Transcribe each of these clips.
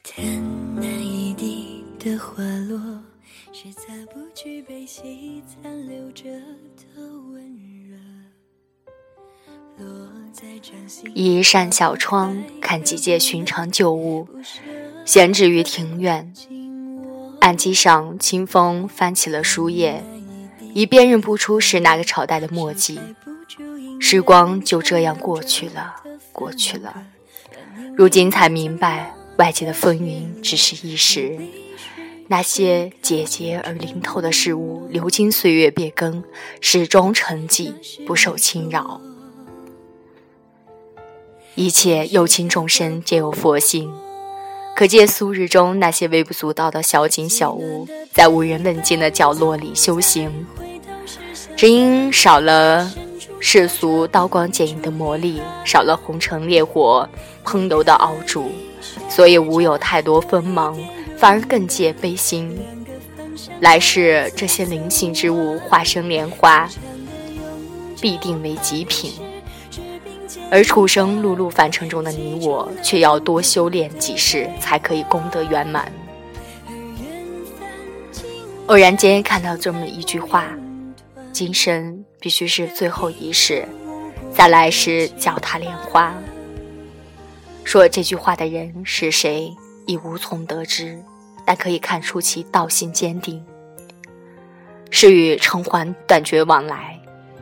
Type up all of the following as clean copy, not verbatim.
但那一地的花落，是擦不去悲喜残留着的温热。 一扇小窗，看几件寻常旧物，闲置于庭院。案几上清风翻起了书页，已辨认不出是哪个朝代的墨迹。时光就这样过去了。如今才明白，外界的风云只是一时，那些节节而灵透的事物，流经岁月变更，始终沉寂，不受侵扰。一切有情众生皆有佛性，可见素日中那些微不足道的小景小物，在无人问津的角落里修行，只因少了世俗刀光剑影的磨砺，少了红尘烈火烹油的熬煮，所以无有太多锋芒，反而更见悲心。来世这些灵性之物化身莲花，必定为极品，而处生碌碌凡尘中的你我，却要多修炼几世才可以功德圆满。偶然间看到这么一句话，今生必须是最后一世，再来时脚踏莲花。说这句话的人是谁已无从得知，但可以看出其道心坚定，是与尘寰断绝往来。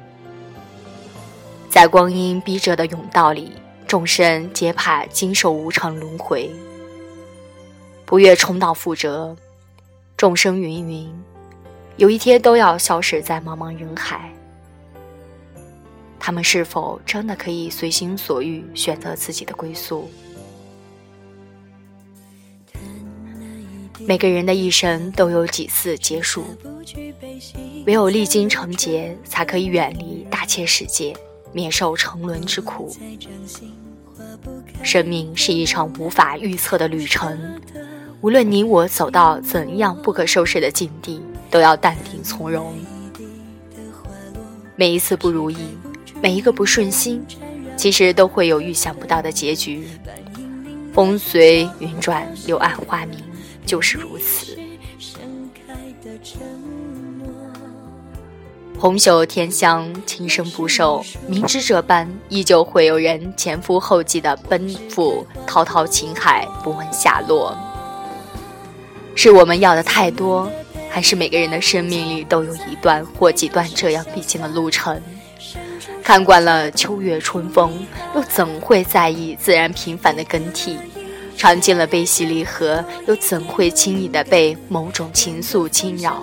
在光阴逼仄的甬道里，众生皆怕经受无常轮回，不愿重蹈覆辙。众生芸芸，有一天都要消失在茫茫人海。他们是否真的可以随心所欲选择自己的归宿？每个人的一生都有几次结束，唯有历经成劫，才可以远离大千世界，免受沉沦之苦。生命是一场无法预测的旅程，无论你我走到怎样不可收拾的境地，都要淡定从容。每一次不如意，每一个不顺心，其实都会有预想不到的结局。风随云转，柳暗花明，就是如此。红袖添香，轻声不受，明知这般，依旧会有人前赴后继地奔赴滔滔情海，不问下落。是我们要的太多，还是每个人的生命里都有一段或几段这样必经的路程？看惯了秋月春风，又怎会在意自然平凡的更替？尝尽了悲喜离合，又怎会轻易地被某种情愫侵扰？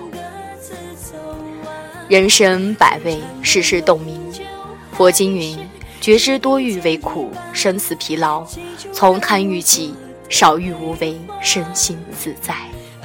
人生百味，世事洞明。佛经云：觉知多欲为苦，生死疲劳。从贪欲起，少欲无为，身心自在。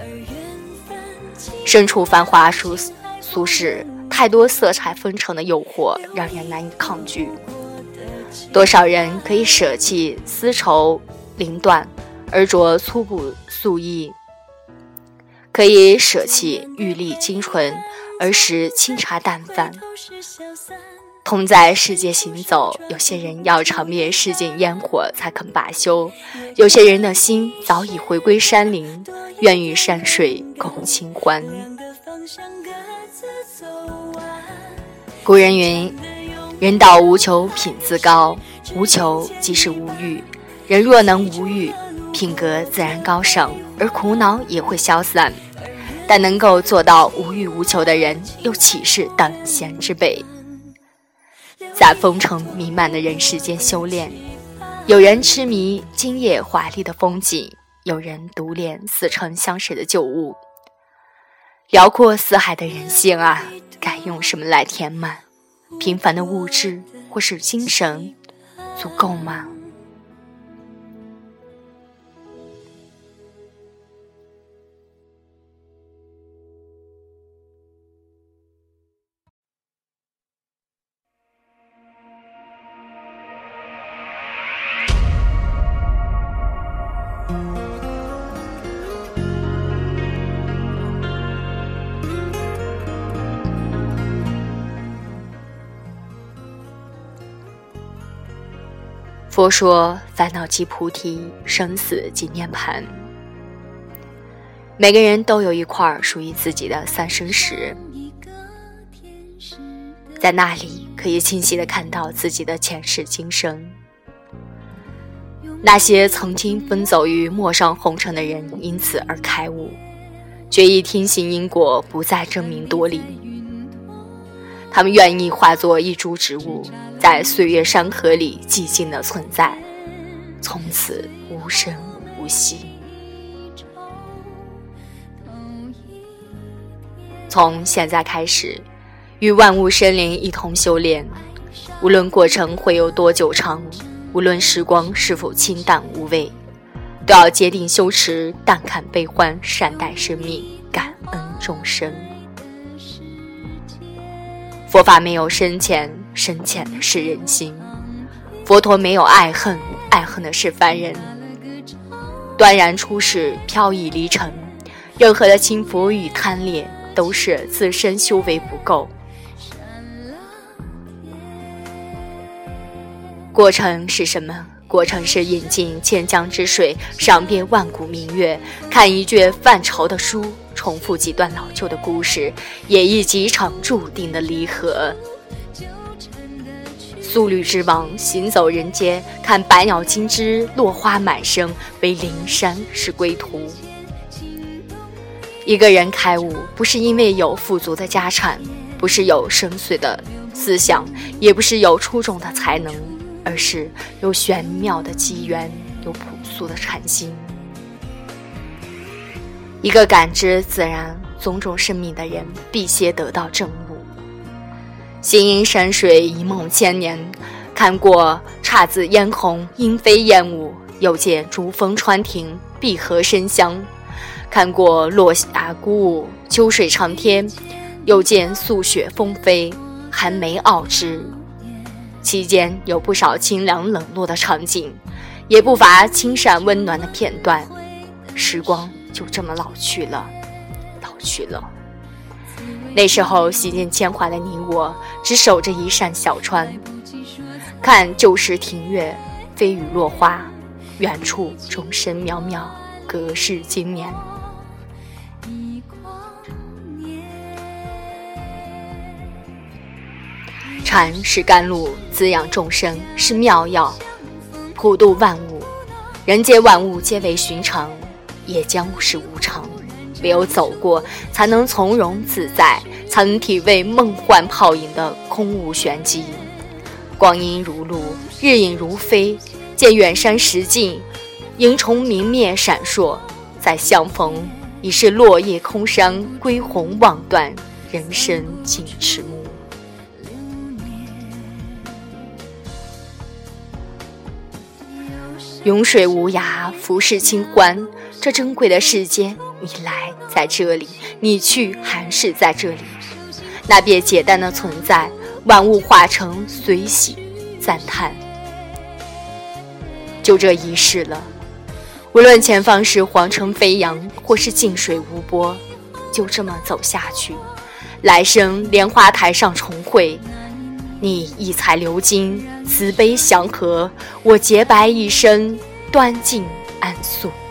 身处繁华俗世，太多色彩纷呈的诱惑，让人难以抗拒。多少人可以舍弃丝绸绫缎，而着粗布素衣；可以舍弃玉立金纯，而食清茶淡饭。同在世界行走，有些人要尝遍世间烟火才肯罢休，有些人的心早已回归山林，愿与山水共清欢。古人云：人道无求品自高，无求即是无欲。人若能无欲，品格自然高尚，而苦恼也会消散。但能够做到无欲无求的人，又岂是等闲之辈？在风尘弥漫的人世间修炼，有人痴迷今夜华丽的风景，有人独恋似曾相识的旧物。辽阔四海的人性啊，该用什么来填满？平凡的物质或是精神，足够吗？佛说：烦恼即菩提，生死即涅槃。 每个人都有一块属于自己的三生石，在那里可以清晰地看到自己的前世今生。那些曾经奔走于陌上红尘的人因此而开悟，决意听信因果，不再争名夺利。他们愿意化作一株植物，在岁月山河里寂静地存在，从此无声无息。从现在开始，与万物生灵一同修炼，无论过程会有多久长，无论时光是否清淡无味，都要坚定修持，淡看悲欢，善待生命，感恩众生。佛法没有深浅，深浅的是人心；佛陀没有爱恨，爱恨的是凡人。端然出世，飘逸离尘，任何的轻浮与贪恋都是自身修为不够。过程是什么？过程是饮尽千江之水，赏遍万古明月，看一卷泛潮的书，重复几段老旧的故事，演绎几场注定的离合。素履之王行走人间，看百鸟金枝，落花满生，为灵山是归途。一个人开悟，不是因为有富足的家产，不是有深邃的思想，也不是有出众的才能，而是有玄妙的机缘，有朴素的禅心。一个感知自然种种生命的人，必先得到正悟。行吟山水，一梦千年，看过姹紫嫣红，莺飞燕舞，又见竹峰穿庭，碧荷生香；看过落霞孤舞，秋水长天，又见素雪纷飞，寒梅傲枝。期间有不少清凉冷落的场景，也不乏清善温暖的片段。时光就这么老去了。那时候洗尽铅华的你我，只守着一扇小窗，看旧时庭院，飞雨落花，远处钟声渺渺，隔世经年。禅是甘露，滋养众生，是妙药，普度万物。人间万物皆为寻常，也将是无常。唯有走过，才能从容自在，才能体味梦幻泡影的空无玄机。光阴如露，日影如飞，见远山石径，萤虫明灭闪烁。再相逢，已是落叶空山，归鸿望断，人生尽迟暮。涌水无涯，浮世清欢，这珍贵的世间，你来在这里，你去还是在这里。那便简单的存在，万物化成随喜赞叹。就这一世了，无论前方是黄尘飞扬，或是静水无波，就这么走下去。来生莲花台上重会，你一彩流金，慈悲祥和，我洁白一生，端静安素。